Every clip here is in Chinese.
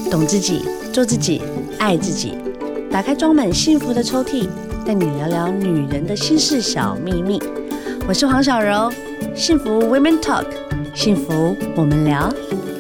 懂自己，做自己，爱自己。打开装满幸福的抽屉，带你聊聊女人的心事小秘密。我是黄小柔，幸福 Women Talk， 幸福我们聊。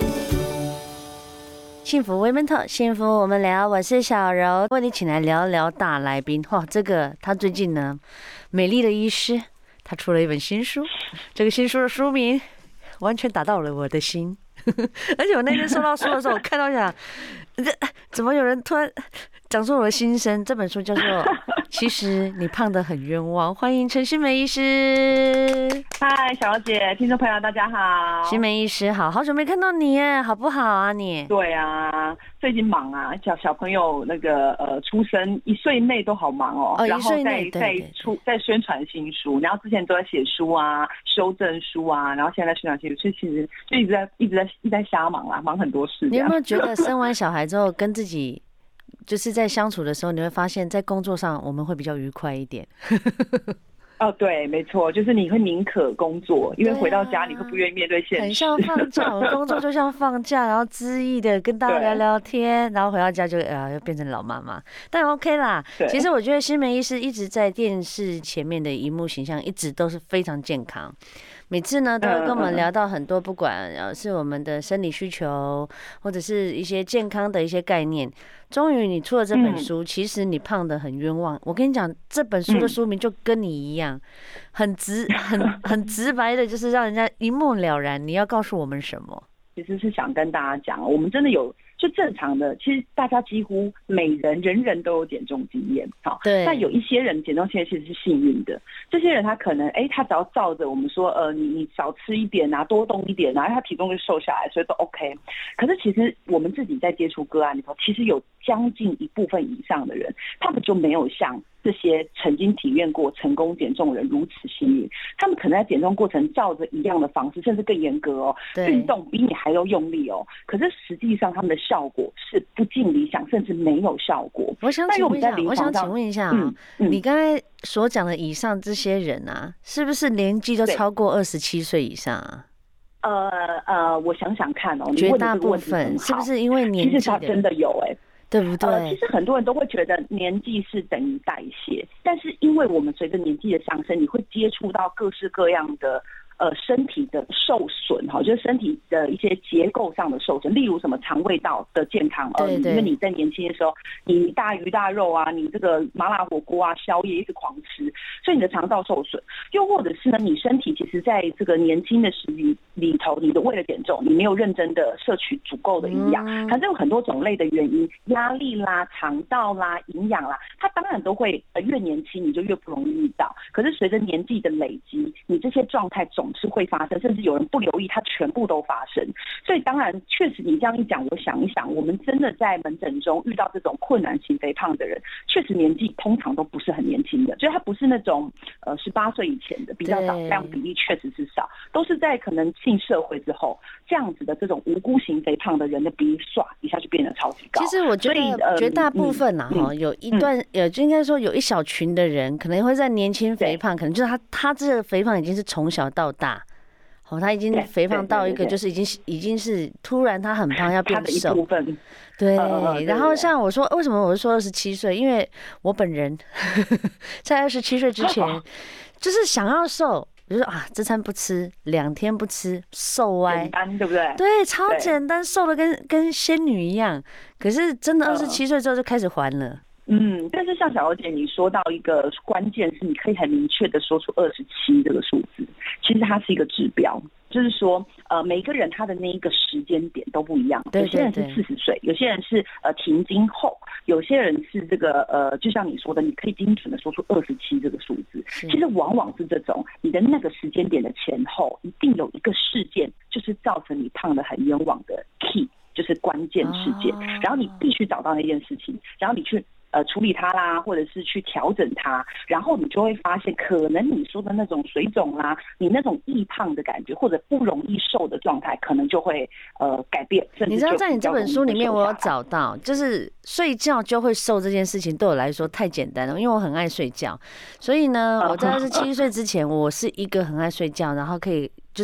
幸福 Women Talk， 幸福我们聊。我是小柔，为你请来聊聊大来宾。这个他最近呢，美丽的医师，他出了一本新书，这个新书的书名完全打到了我的心。而且我那天收到书的时候，我看到想，怎么有人突然讲出我的心声？这本书叫做《其实你胖得很冤枉》，欢迎陈欣湄医师。 嗨，小姐，听众朋友大家好。 欣湄医师好，好久没看到你耶，好不好啊你？ 对啊，最近忙啊，小朋友那个出生1岁内都好忙哦，然后在宣传新书，然后之前都在写书啊、修正书啊，然后现在宣传新书，所以其实就一直在瞎忙啦，忙很多事。 你有没有觉得生完小孩之后跟自己就是在相处的时候，你会发现在工作上我们会比较愉快一点？ 哦，对，没错，就是你会宁可工作，因为回到家你会不愿意面对现实。 很像放假，我工作就像放假，然后恣意的跟大家聊聊天，然后回到家就又变成老妈妈，但 OK 啦。其实我觉得欣湄医师一直在电视前面的荧幕形象一直都是非常健康。每次呢，都会跟我们聊到很多，不管是我们的生理需求，或者是一些健康的一些概念。终于你出了这本书，其实你胖得很冤枉。我跟你讲，这本书的书名就跟你一样，很直白的，就是让人家一目了然。你要告诉我们什么？ 其实是想跟大家讲，我们真的有就正常的，其实大家几乎人人都有减重经验，好， 对。 但有一些人减重经验其实是幸运的，这些人他可能他只要照着我们说，你少吃一点啊，多动一点啊，他体重就瘦下来，所以都 OK。可是其实我们自己在接触个案里头，其实有将近一部分以上的人，他们就没有像这些曾经体验过成功减重人如此幸运，他们可能在减重过程照着一样的方式，甚至更严格哦，运动比你还要用力哦，可是实际上他们的效果是不尽理想，甚至没有效果。 我想请问一下，你刚才所讲的以上这些人啊，是不是年纪都超过27岁以上啊？ 我想想看哦， 绝大部分是不是因为年纪？ 其实他真的有对不对？ 其实很多人都会觉得年纪是等于代谢，但是因为我们随着年纪的上升，你会接触到各式各样的身体的受损，就是身体的一些结构上的受损，例如什么肠胃道的健康，因为你在年轻的时候，你大鱼大肉啊，你这个麻辣火锅啊，宵夜一直狂吃，所以你的肠道受损。又或者是呢，你身体其实在这个年轻的时期里头，你的为了减重，你没有认真的摄取足够的营养，反正有很多种类的原因，压力啦、肠道啦、营养啦，它当然都会越年轻你就越不容易遇到。可是随着年纪的累积，你这些状态总是会发生，甚至有人不留意，它全部都发生。所以当然，确实你这样一讲，我想一想，我们真的在门诊中遇到这种困难型肥胖的人，确实年纪通常都不是很年轻的，所以他不是那种18岁以前的，比较少，这样比例确实是少，都是在可能进社会之后，这样子的这种无辜型肥胖的人的比例唰一下就变得超级高。 其实我觉得绝大部分有一段就应该说有一小群的人可能会在年轻肥胖，可能就是他这个肥胖已经是从小到大。他已经肥胖到一个就是已经是突然他很胖要变瘦，对。然后像我说，为什么我说27岁？因为我本人在27岁之前就是想要瘦，我就说这餐不吃，2天不吃，瘦歪， 简单对不对？ 对，超简单，瘦的跟仙女一样。可是真的27岁之后就开始还了。 但是像小柔姐你说到一个关键是，你可以很明确的说出27这个数字，其实它是一个指标，就是说每一个人他的那一个时间点都不一样，有些人是40岁，有些人是停经后，有些人是这个就像你说的，你可以精准的说出27这个数字。其实往往是这种你的那个时间点的前后，一定有一个事件，就是造成你胖得很冤枉的 key， 就是关键事件，然后你必须找到那件事情，然后你去处理它啦，或者是去调整它，然后你就会发现，可能你说的那种水肿啦，你那种易胖的感觉，或者不容易瘦的状态，可能就会改变。 你知道，在你这本书里面，我有找到，就是睡觉就会瘦这件事情，对我来说太简单了，因为我很爱睡觉，所以呢，我在27岁之前，我是一个很爱睡觉，然后可以就是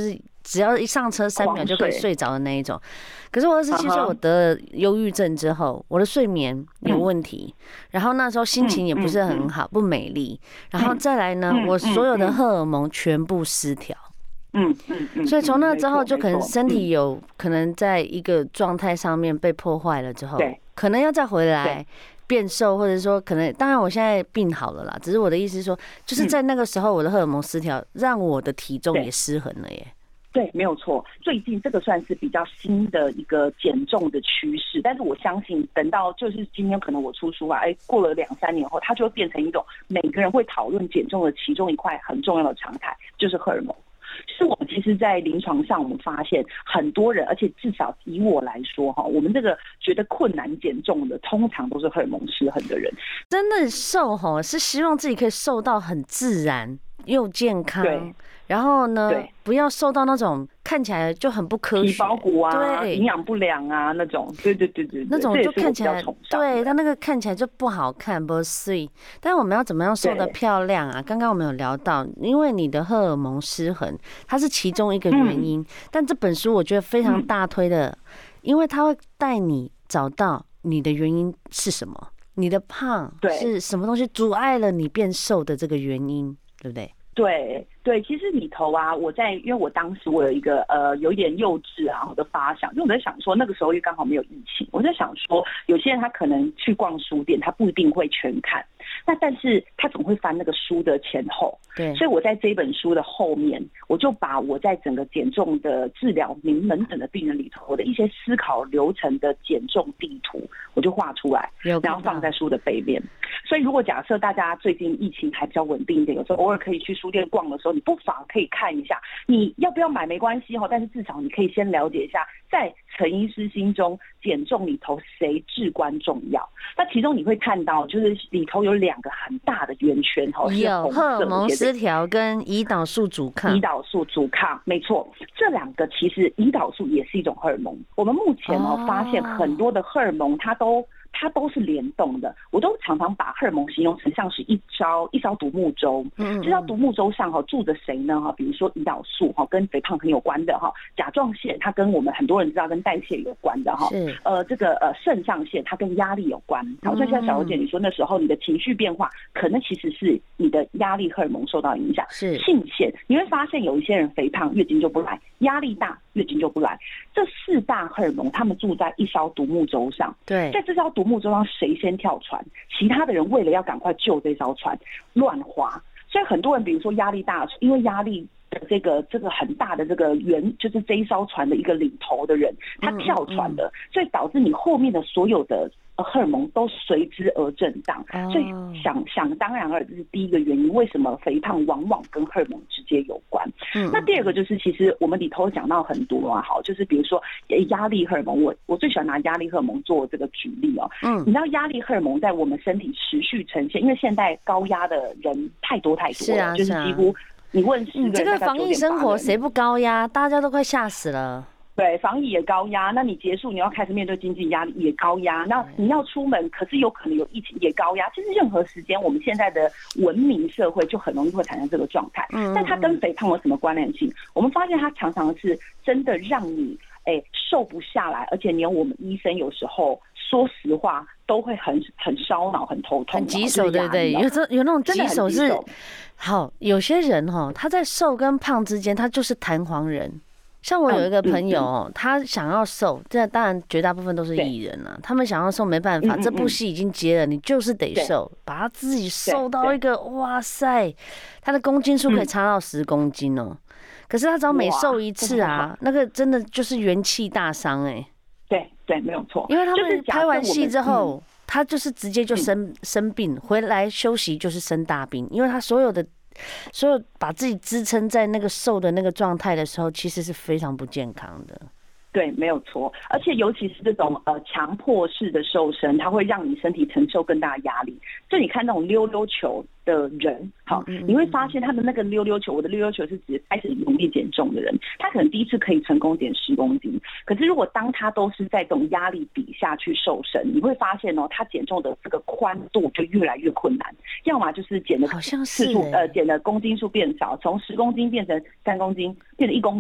只要一上车3秒就可以睡着的那一种。可是我27岁，我得了忧郁症之后，我的睡眠有问题，然后那时候心情也不是很好，不美丽，然后再来呢，我所有的荷尔蒙全部失调。所以从那之后，就可能身体有可能在一个状态上面被破坏了之后，可能要再回来变瘦，或者说可能，当然我现在病好了啦，只是我的意思是说，就是在那个时候我的荷尔蒙失调，让我的体重也失衡了耶。 对，没有错。最近这个算是比较新的一个减重的趋势，但是我相信等到就是今天可能我出书啊，过了2-3年后，它就会变成一种每个人会讨论减重的其中一块很重要的常态，就是荷尔蒙。是我们其实在临床上我们发现很多人，而且至少以我来说我们这个觉得困难减重的通常都是荷尔蒙失衡的人。 真的瘦是希望自己可以瘦到很自然又健康，然后呢不要瘦到那种看起来就很不科学， 皮包骨啊，营养不良啊那种，对， 那种就看起来，对，它那个看起来就不好看，不碎。但是我们要怎么样瘦得漂亮啊？刚刚我们有聊到，因为你的荷尔蒙失衡，它是其中一个原因。但这本书我觉得非常大推的，因为它会带你找到你的原因是什么，你的胖是什么东西阻碍了你变瘦的这个原因，对不对？ 对，其实里头啊，因为我当时我有一个有一点幼稚啊我的发想，因为我在想说那个时候又刚好没有疫情，我在想说有些人他可能去逛书店，他不一定会全看，那但是他总会翻那个书的前后，对，所以我在这本书的后面，我就把我在整个减重的治疗门诊的病人里头，我的一些思考流程的减重地图，我就画出来，然后放在书的背面。所以如果假设大家最近疫情还比较稳定一点，有时候偶尔可以去书店逛的时候，你不妨可以看一下，你要不要买没关系但是至少你可以先了解一下，在陈医师心中减重里头谁至关重要。那其中你会看到就是里头有2个很大的圆圈有荷尔蒙失调跟胰岛素阻抗。 没错，这2个其实胰岛素也是一种荷尔蒙。我们目前发现很多的荷尔蒙它都是联动的，我都常常把荷尔蒙形容成像是一艘独木舟。这艘独木舟上住着谁呢？比如说胰岛素跟肥胖很有关的甲状腺，它跟我们很多人知道跟代谢有关的这个肾上腺它跟压力有关。好，像现在小柔姐你说那时候你的情绪变化，可能其实是你的压力荷尔蒙受到影响。是性腺，你会发现有一些人肥胖月经就不来，压力大月经就不来。这4大荷尔蒙他们住在一艘独木舟上。对，在这艘独木舟上谁先跳船，其他的人为了要赶快救这艘船乱划。所以很多人比如说压力大，因为压力的这个很大的这个就是这一艘船的一个领头的人他跳船的，所以导致你后面的所有的荷尔蒙都随之而震荡。所以想当然而这是第一个原因，为什么肥胖往往跟荷尔蒙直接有关。那第二个就是其实我们里头讲到很多就是比如说压力荷尔蒙，我最喜欢拿压力荷尔蒙做这个举例你知道压力荷尔蒙在我们身体持续呈现，因为现在高压的人太多了，就是几乎你问10个人， 这个防疫生活谁不高压？大家都快吓死了。 对，防疫也高压，那你结束你要开始面对经济压力也高压，那你要出门可是有可能有疫情也高压。其实任何时间我们现在的文明社会就很容易会产生这个状态。但它跟肥胖有什么关联性？我们发现它常常是真的让你瘦不下来，而且连我们医生有时候说实话都会很烧脑很头痛， 很棘手，对不对？有那种棘手是好，有些人他在瘦跟胖之间他就是弹簧人。像我有一个朋友他想要瘦，这当然绝大部分都是艺人啊，他们想要瘦没办法，这部戏已经接了，你就是得瘦，把他自己瘦到一个哇塞，他的公斤数可以差到10公斤哦。可是他只要每瘦一次啊，那个真的就是元气大伤对，没有错。 因为他们拍完戏之后，他就是直接就生病，回来休息就是生大病，因为他所有把自己支撑在那个瘦的那个状态的时候，其实是非常不健康的。 对，没有错。而且尤其是这种强迫式的瘦身，它会让你身体承受更大的压力。所以你看那种溜溜球的人，好，你会发现他的那个溜溜球，我的溜溜球是指开始努力减重的人，他可能第一次可以成功减10公斤，可是如果当他都是在这种压力底下去瘦身，你会发现他减重的这个宽度就越来越困难，要么就是减的次数减的公斤数变少，从10公斤变成3公斤，变成1公斤。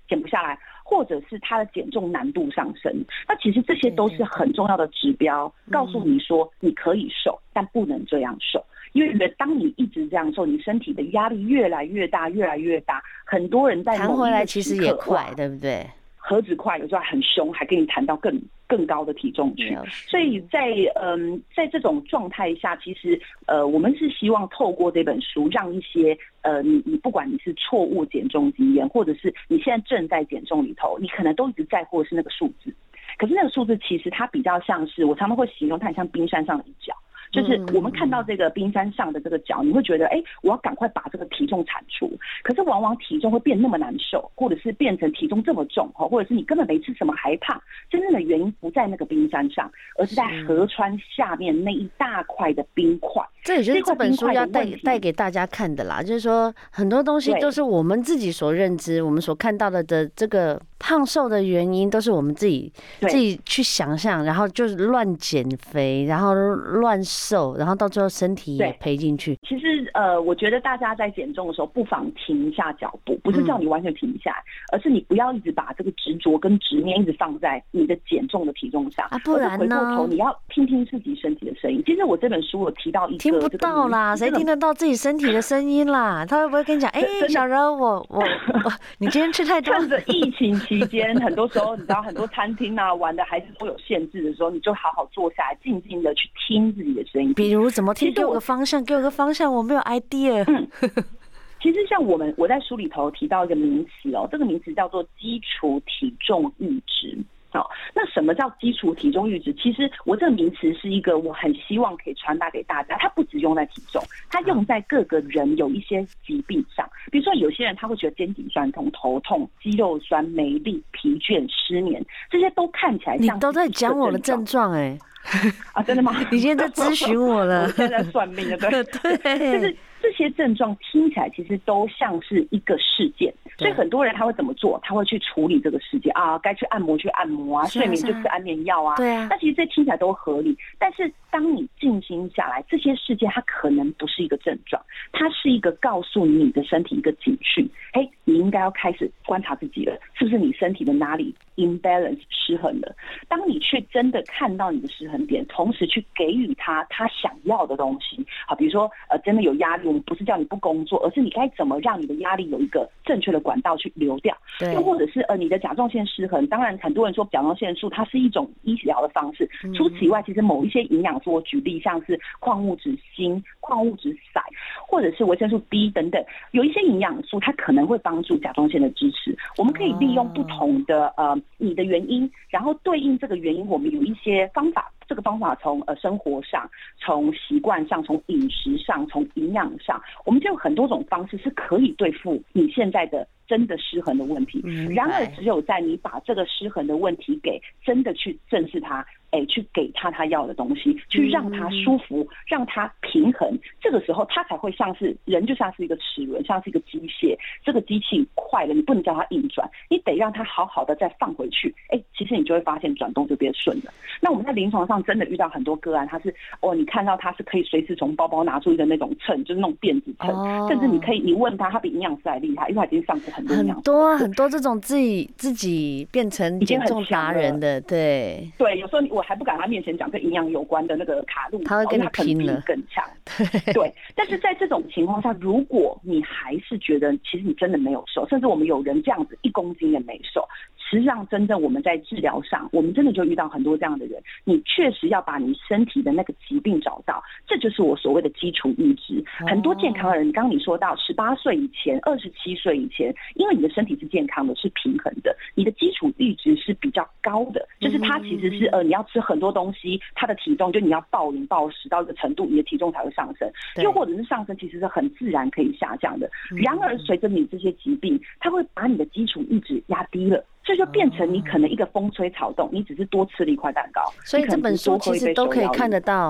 减不下来，或者是它的减重难度上升。那其实这些都是很重要的指标，告诉你说你可以瘦，但不能这样瘦。因为当你一直这样瘦，你身体的压力越来越大，越来越大。很多人在弹回来其实也快，对不对？ 何止快，有时候很凶，还给你弹到更高的体重去。所以在这种状态下，其实我们是希望透过这本书，让一些你不管你是错误减重经验，或者是你现在正在减重里头，你可能都一直在乎的是那个数字。可是那个数字其实它比较像是，我常常会形容它很像冰山上的一角。就是我们看到这个冰山上的这个角，你会觉得我要赶快把这个体重铲除，可是往往体重会变那么难受，或者是变成体重这么重，或者是你根本没吃什么还胖。真正的原因不在那个冰山上，而是在河川下面那一大块的冰块。 这也就是这本书要带给大家看的啦，就是说很多东西都是我们自己所认知，我们所看到的这个胖瘦的原因，都是我们自己去想象，然后就是乱减肥，然后乱瘦，然后到最后身体也赔进去。 其实我觉得大家在减重的时候，不妨停下脚步，不是叫你完全停下来，而是你不要一直把这个执着跟执念一直放在你的减重的体重上， 不然呢？ 回过头你要听听自己身体的声音。其实我这本书有提到一个听不到啦，谁听得到自己身体的声音啦？他会不会跟你讲，小柔，你今天吃太多？ 趁着疫情期间，很多时候你知道，很多餐厅啊玩的还是都有限制的时候，你就好好坐下来，静静的去听自己的声音。 比如怎么听？给我个方向，我没有 idea。 其实像我在书里头提到一个名词哦，这个名词叫做基础体重阈值。那什么叫基础体重阈值？其实我这个名词是一个我很希望可以传达给大家，它不只用在体重，它用在各个人有一些疾病上。比如说有些人他会觉得肩颈酸痛、头痛、肌肉酸、没力、疲倦、失眠，这些都看起来像你都在讲我的症状啊，真的吗？ 你今天在咨询我了？ 我现在在算命了，对。 对， 就是这些症状听起来其实都像是一个事件，所以很多人他会怎么做？他会去处理这个事件啊，该去按摩去按摩啊，睡眠就吃安眠药啊。 对啊。 那其实这听起来都合理，但是当你静心下来，这些事件它可能不是一个症状，它是一个告诉你的身体一个警讯。你应该要开始观察自己了，是不是你身体的哪里 imbalance 失衡了？当你去真的看到你的失衡点，同时去给予他想要的东西，好，比如说真的有压力，我们不是叫你不工作，而是你该怎么让你的压力有一个正确的管道去流掉。又或者是你的甲状腺失衡，当然很多人说甲状腺素它是一种医疗的方式，除此以外，其实某一些营养素，我举例像是矿物质锌、矿物质硒，或者是维生素 D 等等，有一些营养素它可能会帮助甲状腺的支持。我们可以利用不同的你的原因，然后对应这个原因，我们有一些方法。这个方法从生活上、从习惯上、从饮食上、从营养上，我们就有很多种方式是可以对付你现在的真的失衡的问题。然而，只有在你把这个失衡的问题给真的去正视它，去给他要的东西，去让他舒服，让他平衡，这个时候他才会像是人，就像是一个齿轮，像是一个机械。这个机器快了，你不能叫它硬转，你得让它好好的再放回去。其实你就会发现转动就变顺了。那我们在临床上真的遇到很多个案，他是你看到他是可以随时从包包拿出一个那种秤，就是那种电子秤，甚至你问他比营养师还厉害，因为他已经上过很多营养师， 很多这种自己变成减重达人的，对， 有时候我还不敢在他面前讲跟营养有关的那个卡路里， 他会跟你拼了， 更强。对，但是在这种情况下，如果你还是觉得其实你真的没有瘦，甚至我们有人这样子1公斤也没瘦，实际上真正我们在治疗上，我们真的就遇到很多这样的人。你确实要把你身体的那个疾病找到，这就是我所谓的基础阈值。很多健康的人，刚刚你说到18岁以前、27岁以前，因为你的身体是健康的，是平衡的，你的基础阈值是比较高的，就是它其实是你要吃很多东西，它的体重就你要暴饮暴食到一个程度，你的体重才会上升，又或者是上升其实是很自然可以下降的。然而随着你这些疾病，它会把你的基础阈值压低了，这就变成你可能一个风吹草动，你只是多吃了一块蛋糕。 所以这本书其实都可以看得到，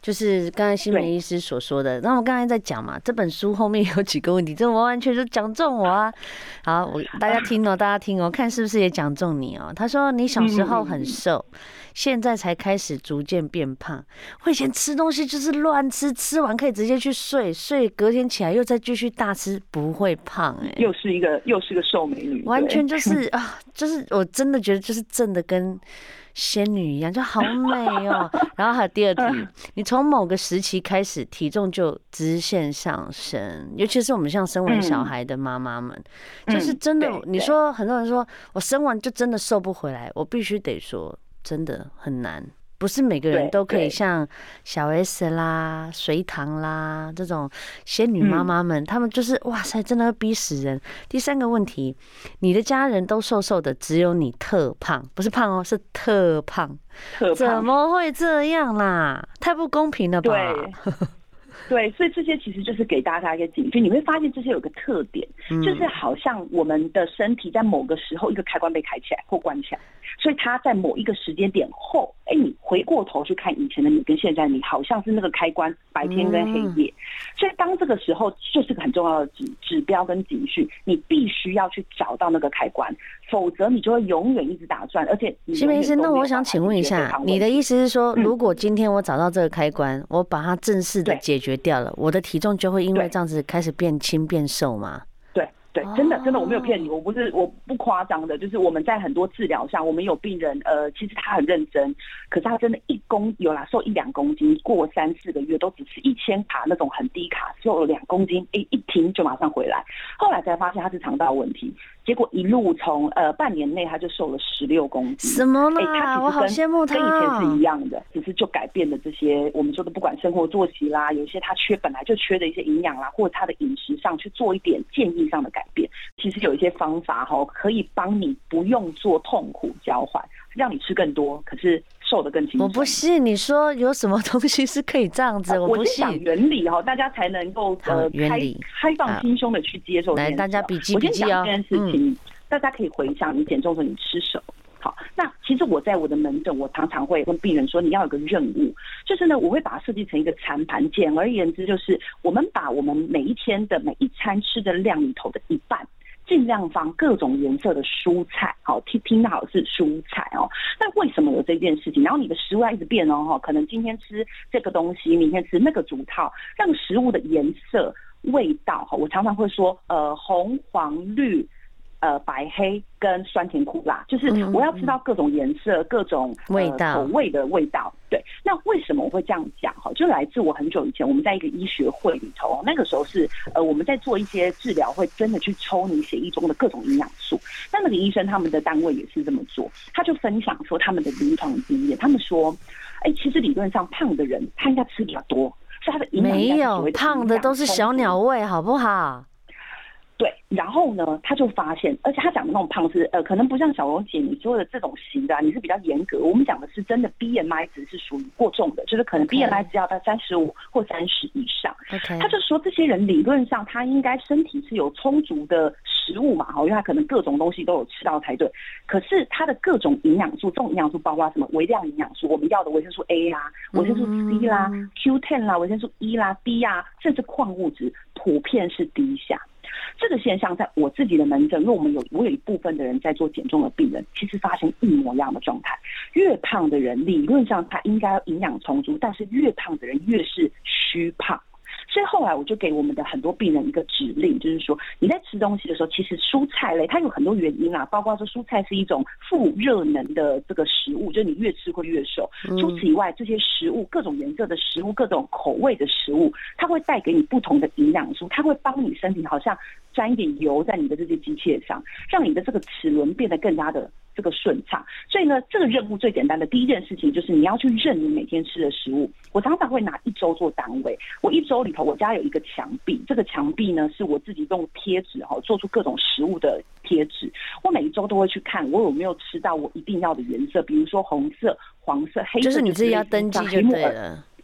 就是刚才新梅医师所说的。那我刚才在讲嘛，这本书后面有几个问题，这完完全就讲中我啊。好，大家听哦，大家听哦，看是不是也讲中你哦。他说你小时候很瘦，现在才开始逐渐变胖。我以前吃东西就是乱吃，吃完可以直接去睡，隔天起来又再继续大吃，不会胖哎。 又是个瘦美女， 完全就是啊，就是我真的觉得就是正的跟仙女一样，就好美哦。然后还有第二题，你从某个时期开始体重就直线上升，尤其是我们像生完小孩的妈妈们，就是真的，你说很多人说我生完就真的瘦不回来，我必须得说真的很难。不是每个人都可以像小 S 啦、隋棠啦这种仙女妈妈们，她们就是哇塞，真的会逼死人。第三个问题，你的家人都瘦瘦的，只有你特胖，不是胖哦，是特胖，怎么会这样啦？太不公平了吧？ 对，所以这些其实就是给大家一个警讯。你会发现这些有个特点，就是好像我们的身体在某个时候一个开关被开起来或关起来，所以它在某一个时间点后，你回过头去看以前的你跟现在的你，好像是那个开关白天跟黑夜。所以当这个时候就是个很重要的指标跟警讯，你必须要去找到那个开关，否则你就会永远一直打转，而且新梅医师，那我想请问一下，你的意思是说，如果今天我找到这个开关，我把它正式的解决掉了，我的体重就会因为这样子开始变轻变瘦吗？ 对，真的，我没有骗你，我不夸张的，就是我们在很多治疗上，我们有病人，其实他很认真，可是他真的有啦，瘦1-2公斤，过3-4个月都只吃1000卡那种很低卡，瘦了2公斤，一停就马上回来，后来才发现他是肠道问题，结果一路从半年内他就瘦了16公斤。 什么啦？我好羡慕他， 跟以前是一样的，只是就改变了这些我们说的不管生活作息啦，有一些他本来就缺的一些营养啦，或者他的饮食上去做一点建议上的改变。其实有一些方法可以帮你不用做痛苦交换，让你吃更多，可是瘦得更轻松。 我不信，你说有什么东西是可以这样子？我不信。 我是讲原理大家才能够开放心胸的去接受。 来，大家笔记笔记哦。我先讲这件事情，大家可以回想你减重的时候你吃什么。好，那其实我在我的门诊，我常常会跟病人说，你要有个任务，就是呢，我会把它设计成一个餐盘。简而言之，就是我们把我们每一天的每一餐吃的量里头的一半，尽量放各种颜色的蔬菜。好，听得好是蔬菜哦。那为什么有这件事情？然后你的食物要一直变哦，可能今天吃这个东西，明天吃那个主套，让食物的颜色、味道，我常常会说，红、黄、绿。白黑跟酸甜苦辣，就是我要知道各种颜色、各种味道、 口味的味道。对，那为什么我会这样讲？就来自我很久以前，我们在一个医学会里头，那个时候是我们在做一些治疗，会真的去抽你血液中的各种营养素。那个医生他们的单位也是这么做，他就分享说他们的临床经验，他们说，其实理论上胖的人他应该吃比较多，所以他的营养没有胖的都是小鸟胃，好不好？ 对，然后呢，他就发现，而且他讲的那种胖是，可能不像小蓉姐你说的这种型的，你是比较严格。我们讲的是真的 BMI 值是属于过重的，就是可能 BMI 值要到35或30以上。他就说这些人理论上他应该身体是有充足的食物嘛，因为他可能各种东西都有吃到才对。可是他的各种营养素，这种营养素包括什么微量营养素，我们要的维生素 A 啦、维生素 C 啦、Q10 啦、维生素 E 啦、B 啊，甚至矿物质普遍是低下。这个现象在我自己的门诊，因为我有一部分的人在做减重的病人，其实发现一模一样的状态。越胖的人理论上他应该要营养充足，但是越胖的人越是虚胖。所以后来我就给我们的很多病人一个指令，就是说你在吃东西的时候，其实蔬菜类它有很多原因啦，包括说蔬菜是一种富热能的这个食物，就是你越吃会越瘦。除此以外，这些食物各种颜色的食物、各种口味的食物，它会带给你不同的营养素，它会帮你身体好像沾一点油在你的这些机械上，让你的这个齿轮变得更加的这个顺畅。所以呢，这个任务最简单的第一件事情就是你要去认你每天吃的食物。我常常会拿1周做单位，我1周里头我家有一个墙壁，这个墙壁呢是我自己用贴纸做出各种食物的贴纸。我每一周都会去看我有没有吃到我一定要的颜色，比如说红色、黄色、黑色， 就是你自己要登记就对了。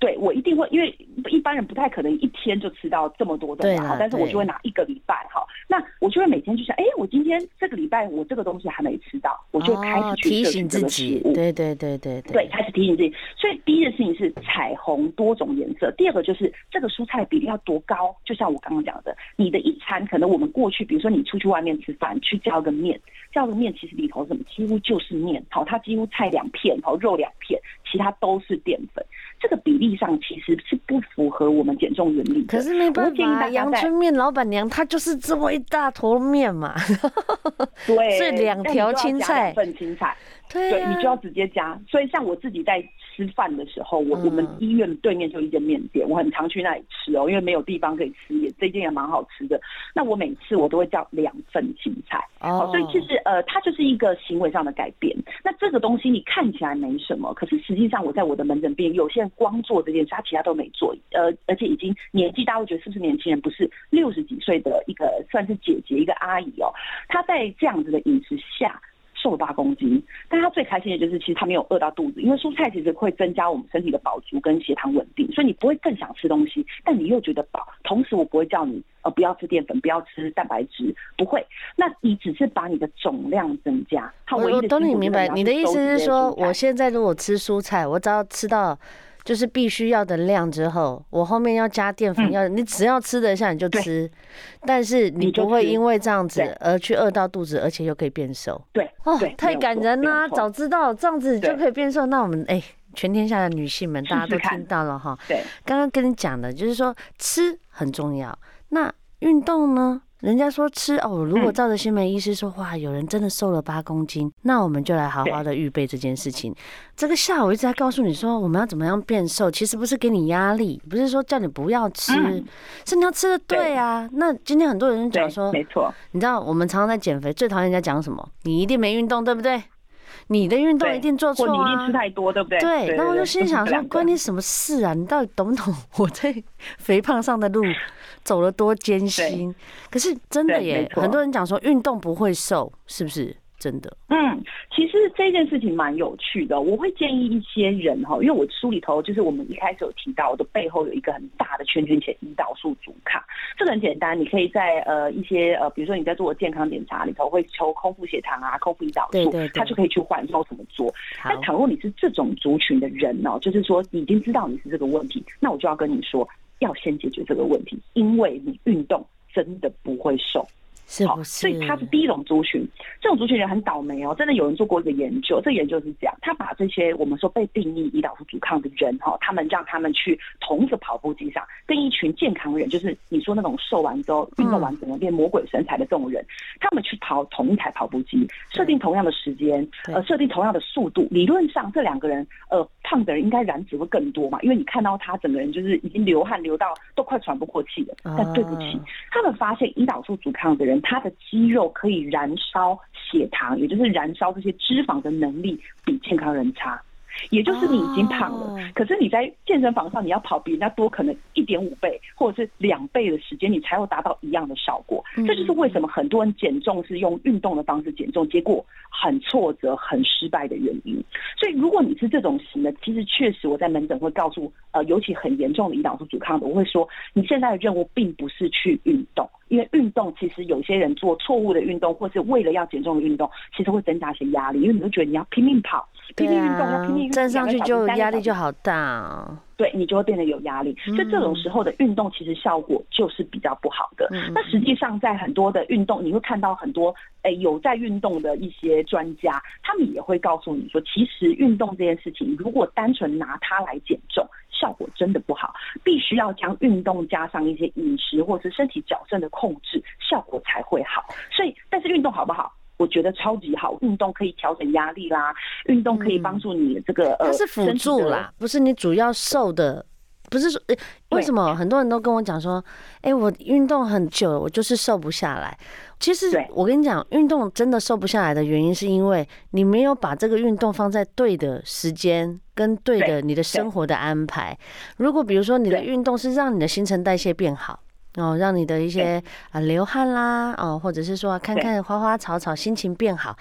对，我一定会，因为一般人不太可能一天就吃到这么多的嘛，但是我就会拿1个礼拜哈，那我就会每天就想，我今天这个礼拜我这个东西还没吃到，我就开始去提醒自己，对， 开始提醒自己。所以第一个事情是彩虹多种颜色，第二个就是这个蔬菜比例要多高，就像我刚刚讲的，你的一餐可能我们过去，比如说你出去外面吃饭，去叫个面其实里头什么几乎就是面，好，它几乎菜2片，好，肉2片，其他都是淀粉。这个比例上其实是不符合我们减重原理的。 可是没办法，阳春面老板娘她就是这么一大坨面嘛， 对， 所以2条青菜 ，2份青菜， 对， 你就要直接加。所以像我自己在吃饭的时候，我们医院对面就一间面店，我很常去那里吃哦，因为没有地方可以吃，这间也蛮好吃的。那我每次我都会叫2份青菜，所以其实它就是一个行为上的改变。那这个东西你看起来没什么，可是实际上我在我的门诊边，有些人光做这件事，他其他都没做，而且已经年纪大，我觉得是不是年轻人，不是60几岁的一个算是姐姐，一个阿姨哦，她在这样子的饮食下瘦了8公斤，但他最开心的就是其实他没有饿到肚子，因为蔬菜其实会增加我们身体的饱足跟血糖稳定，所以你不会更想吃东西，但你又觉得饱。同时我不会叫你不要吃淀粉，不要吃蛋白质，不会，那你只是把你的总量增加。 我懂你明白，你的意思是说，我现在如果吃蔬菜，我只要吃到就是必须要的量之后，我后面要加淀粉，你只要吃得下你就吃，但是你不会因为这样子而去饿到肚子，而且又可以变瘦。 对， 太感人啦！早知道这样子就可以变瘦，那我们全天下的女性们，大家都听到了哈。 对， 刚刚跟你讲的就是说吃很重要，那运动呢？人家说吃如果照着新梅医师说，哇，有人真的瘦了8公斤，那我们就来好好的预备这件事情。这个下午一直在告诉你说我们要怎么样变瘦，其实不是给你压力，不是说叫你不要吃，是你要吃的对啊。那今天很多人讲说， 没错， 你知道我们常常在减肥，最讨厌人家讲什么？你一定没运动，对不对？你的运动一定做错啊， 或你一定吃太多，对不对？ 对，那我就心想说，关你什么事啊？你到底懂不懂我在肥胖上的路走了多艰辛？可是真的耶，很多人讲说运动不会瘦，是不是真的？ 其实这件事情蛮有趣的。我会建议一些人因为我书里头就是我们一开始有提到的，背后有一个很大的全群胰岛素阻抗。这个很简单，你可以在一些比如说你在做健康检查里头会抽空腹血糖啊、空腹胰岛素，它就可以去换说怎么做。但倘若你是这种族群的人就是说你已经知道你是这个问题，那我就要跟你说，要先解决这个问题，因为你运动真的不会瘦。 是不是？ 所以它是第一种族群，这种族群人很倒霉真的有人做过一个研究，这个研究是这样，他把这些我们说被定义胰岛素阻抗的人他们让他们去同一个跑步机上，跟一群健康人，就是你说那种瘦完之后运动完整个变魔鬼身材的这种人，他们去跑同一台跑步机，设定同样的时间，设定同样的速度，理论上这2个人胖的人应该燃脂会更多嘛，因为你看到他整个人就是已经流汗流到都快喘不过气了。但对不起，他们发现胰岛素阻抗的人，他的肌肉可以燃烧血糖，也就是燃烧这些脂肪的能力比健康人差。也就是你已经胖了，可是你在健身房上你要跑比人家多可能1.5倍或者是2倍的时间，你才会达到一样的效果。这就是为什么很多人减重是用运动的方式减重，结果很挫折、很失败的原因。所以如果你是这种型的，其实确实我在门诊会告诉尤其很严重的胰岛素阻抗的，我会说你现在的任务并不是去运动，因为运动其实有些人做错误的运动，或是为了要减重的运动，其实会增加一些压力，因为你会觉得你要拼命跑、拼命运动，要拼命站上去就压力就好大对，你就会变得有压力。所以这种时候的运动其实效果就是比较不好的。那实际上在很多的运动，你会看到很多有在运动的一些专家，他们也会告诉你说，其实运动这件事情，如果单纯拿它来减重，效果真的不好，必须要将运动加上一些饮食或是身体矫正的控制，效果才会好。所以，但是运动好不好？我觉得超级好，运动可以调整压力啦，运动可以帮助你这个它是辅助啦，不是你主要瘦的。不是说为什么很多人都跟我讲说，我运动很久，我就是瘦不下来。其实我跟你讲，运动真的瘦不下来的原因，是因为你没有把这个运动放在对的时间跟对的你的生活的安排。如果比如说你的运动是让你的新陈代谢变好。让你的一些流汗啦，或者是说看看花花草草，心情变好，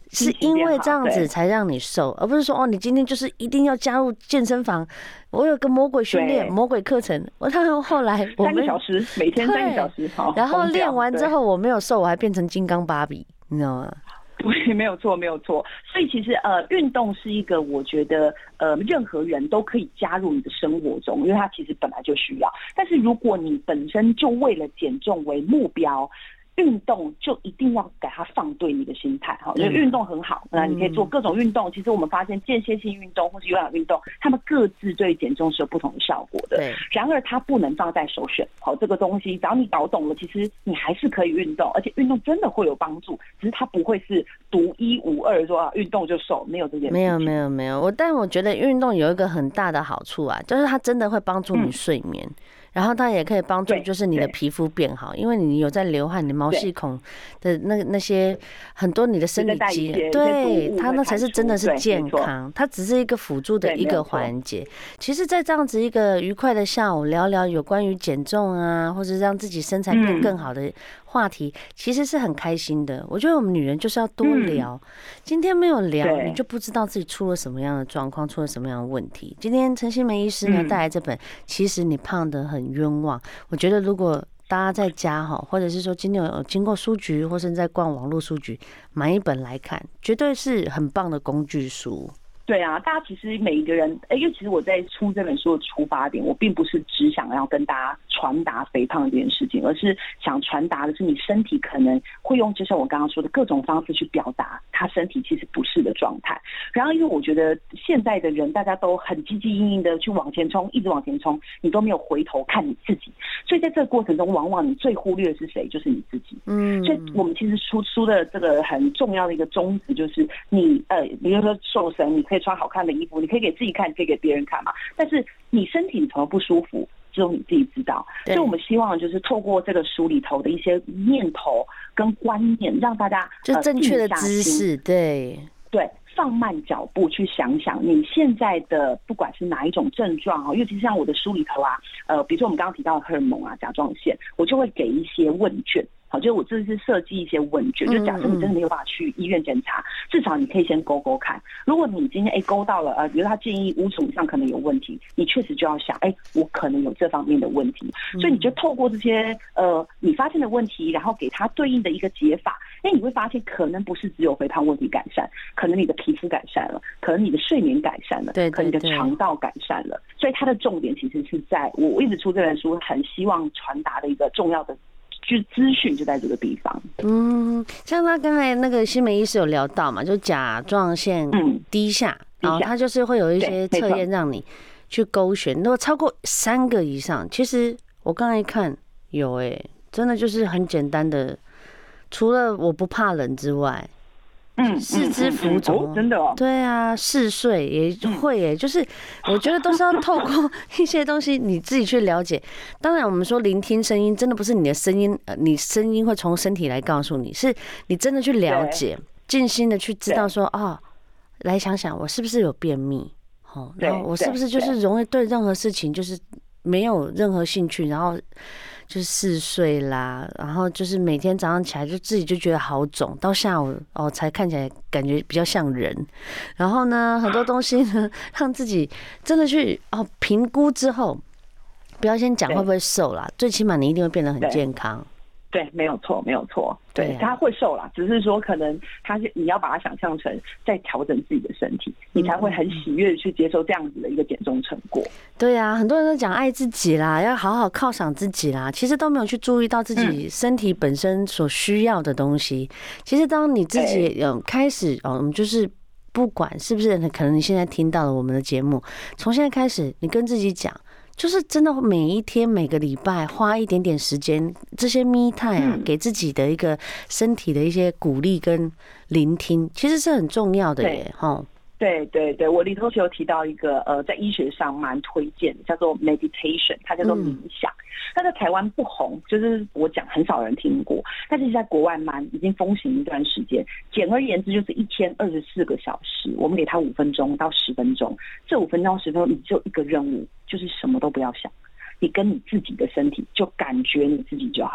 是因为这样子才让你瘦，而不是说你今天就是一定要加入健身房，我有个魔鬼训练、魔鬼课程。后来 3个小时，每天3个小时， 然后练完之后我没有瘦，我还变成金刚芭比，你知道吗？ 对，没有错，没有错。所以其实运动是一个我觉得任何人都可以加入你的生活中，因为它其实本来就需要。但是如果你本身就为了减重为目标，运动就一定要给它放对你的心态哈，因为运动很好，那你可以做各种运动。其实我们发现间歇性运动或是有氧运动，他们各自对减重是有不同的效果的。 对， 然而它不能放在首选。好，这个东西只要你搞懂了，其实你还是可以运动，而且运动真的会有帮助，只是它不会是独一无二说运动就瘦，没有这件事情。 没有。但我觉得运动有一个很大的好处啊，就是它真的会帮助你睡眠。然后它也可以帮助，就是你的皮肤变好，因为你有在流汗，你的毛细孔的那些很多你的生理机，对它那才是真的是健康，它只是一个辅助的一个环节。其实，在这样子一个愉快的下午，聊聊有关于减重啊，或者让自己身材变更好的话题，其实是很开心的。我觉得我们女人就是要多聊，今天没有聊，你就不知道自己出了什么样的状况，出了什么样的问题。今天陈欣湄医师呢带来这本《其实你胖得很冤枉》，我觉得如果大家在家或者是说今天有经过书局，或是在逛网络书局买一本来看，绝对是很棒的工具书。 对啊，大家其实每一个人，因为其实我在出这本书的出发点，我并不是只想要跟大家传达肥胖这件事情，而是想传达的是你身体可能会用就像我刚刚说的各种方式去表达他身体其实不适的状态。然后因为我觉得现在的人大家都很积极营营的去往前冲，一直往前冲，你都没有回头看你自己，所以在这个过程中往往你最忽略的是谁？就是你自己。所以我们其实出书的这个很重要的一个宗旨就是你比如说瘦身，你可以穿好看的衣服，你可以给自己看，可以给别人看嘛。但是你身体怎么不舒服，只有你自己知道。所以我们希望就是透过这个书里头的一些念头跟观念，让大家就正确的知识，对， 放慢脚步去想想你现在的不管是哪一种症状，尤其是像我的书里头啊，比如说我们刚刚提到的荷尔蒙啊、甲状腺，我就会给一些问卷。好，就是我这次设计一些问卷，就假设你真的没有办法去医院检查，至少你可以先勾勾看。如果你今天勾到了比如他建议5种以上可能有问题，你确实就要想我可能有这方面的问题，所以你就透过这些你发现的问题，然后给他对应的一个解法。你会发现可能不是只有肥胖问题改善，可能你的皮肤改善了，可能你的睡眠改善了，可能你的肠道改善了。所以它的重点其实是在我一直出这本书很希望传达的一个重要的就是资讯就在这个地方。 像他刚才那个欣湄医师有聊到嘛，就甲状腺低下，然后他就是会有一些测验让你去勾选，如果超过3个以上，其实我刚才一看有真的就是很简单的，除了我不怕冷之外，四肢浮肿， 真的对啊，嗜睡也会就是我觉得都是要透过一些东西你自己去了解。当然我们说聆听声音，真的不是你的声音，你声音会从身体来告诉你，是你真的去了解，静心的去知道说来想想我是不是有便秘，然后我是不是就是容易对任何事情就是没有任何兴趣，然后就是嗜睡啦，然后就是每天早上起来就自己就觉得好肿，到下午才看起来感觉比较像人。然后呢，很多东西呢，让自己真的去评估之后，不要先讲会不会瘦啦，最起码你一定会变得很健康。 对，没有错，没有错。对，他会瘦啦，只是说可能你要把它想象成在调整自己的身体，你才会很喜悦的去接受这样子的一个减重成果。 对啊，很多人都讲爱自己啦，要好好犒赏自己啦，其实都没有去注意到自己身体本身所需要的东西。其实当你自己开始我们就是不管是不是可能你现在听到了我们的节目，从现在开始你跟自己讲，就是真的每一天每个礼拜花一点点时间，这些me time给自己的一个身体的一些鼓励跟聆听，其实是很重要的耶。 对，我里头有提到一个在医学上蛮推荐的，叫做 meditation， 它叫做冥想。它在台湾不红，就是我讲很少人听过，但是在国外已经风行一段时间。简而言之，就是一天24个小时，我们给他5分钟到10分钟，这5分钟到10分钟，你只有一个任务，就是什么都不要想，你跟你自己的身体就感觉你自己就好。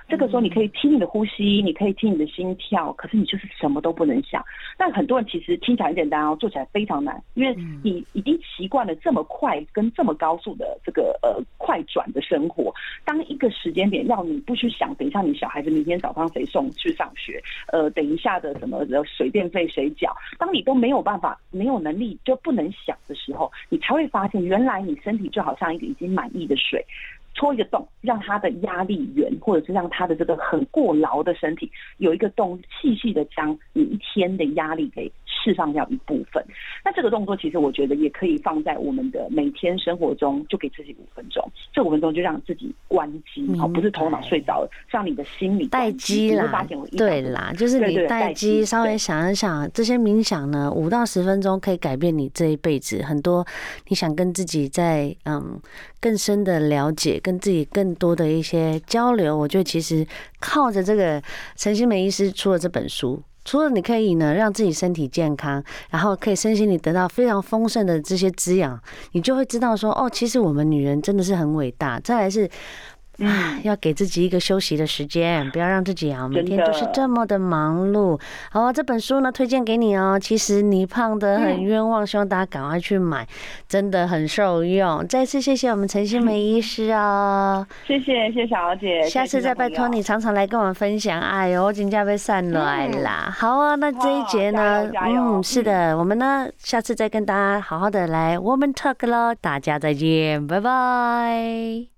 这个时候你可以听你的呼吸，你可以听你的心跳，可是你就是什么都不能想。但很多人其实听起来很简单哦，做起来非常难，因为你已经习惯了这么快跟这么高速的这个快转的生活。当一个时间点要你不去想，等一下你小孩子明天早上谁送去上学，等一下的什么水电费谁缴，当你都没有办法、没有能力就不能想的时候，你才会发现，原来你身体就好像一个已经满溢的水。戳一个洞，让他的压力源，或者是让他的这个很过劳的身体有一个洞，细细的将你一天的压力给释放掉一部分。那这个动作其实我觉得也可以放在我们的每天生活中，就给自己5分钟，这5分钟就让自己关机，不是头脑睡着了，让你的心理待机啦。对啦，就是你待机，稍微想一想，这些冥想呢，5到10分钟可以改变你这一辈子很多。你想跟自己在更深的了解。跟自己更多的一些交流，我觉得其实靠着这个陈欣湄医师出了这本书，除了你可以呢让自己身体健康，然后可以身心里得到非常丰盛的这些滋养，你就会知道说，哦，其实我们女人真的是很伟大。再来是要给自己一个休息的时间，不要让自己每天都是这么的忙碌。好，这本书呢推荐给你哦。其实你胖得很冤枉，希望大家赶快去买，真的很受用。再次谢谢我们陈欣湄医师哦， 谢谢小姐， 下次再拜托你常常来跟我们分享。哎呦，真的被散来啦。好啊，那这一节呢，是的，我们呢下次再跟大家好好的来 Woman Talk 咯，大家再见，拜拜。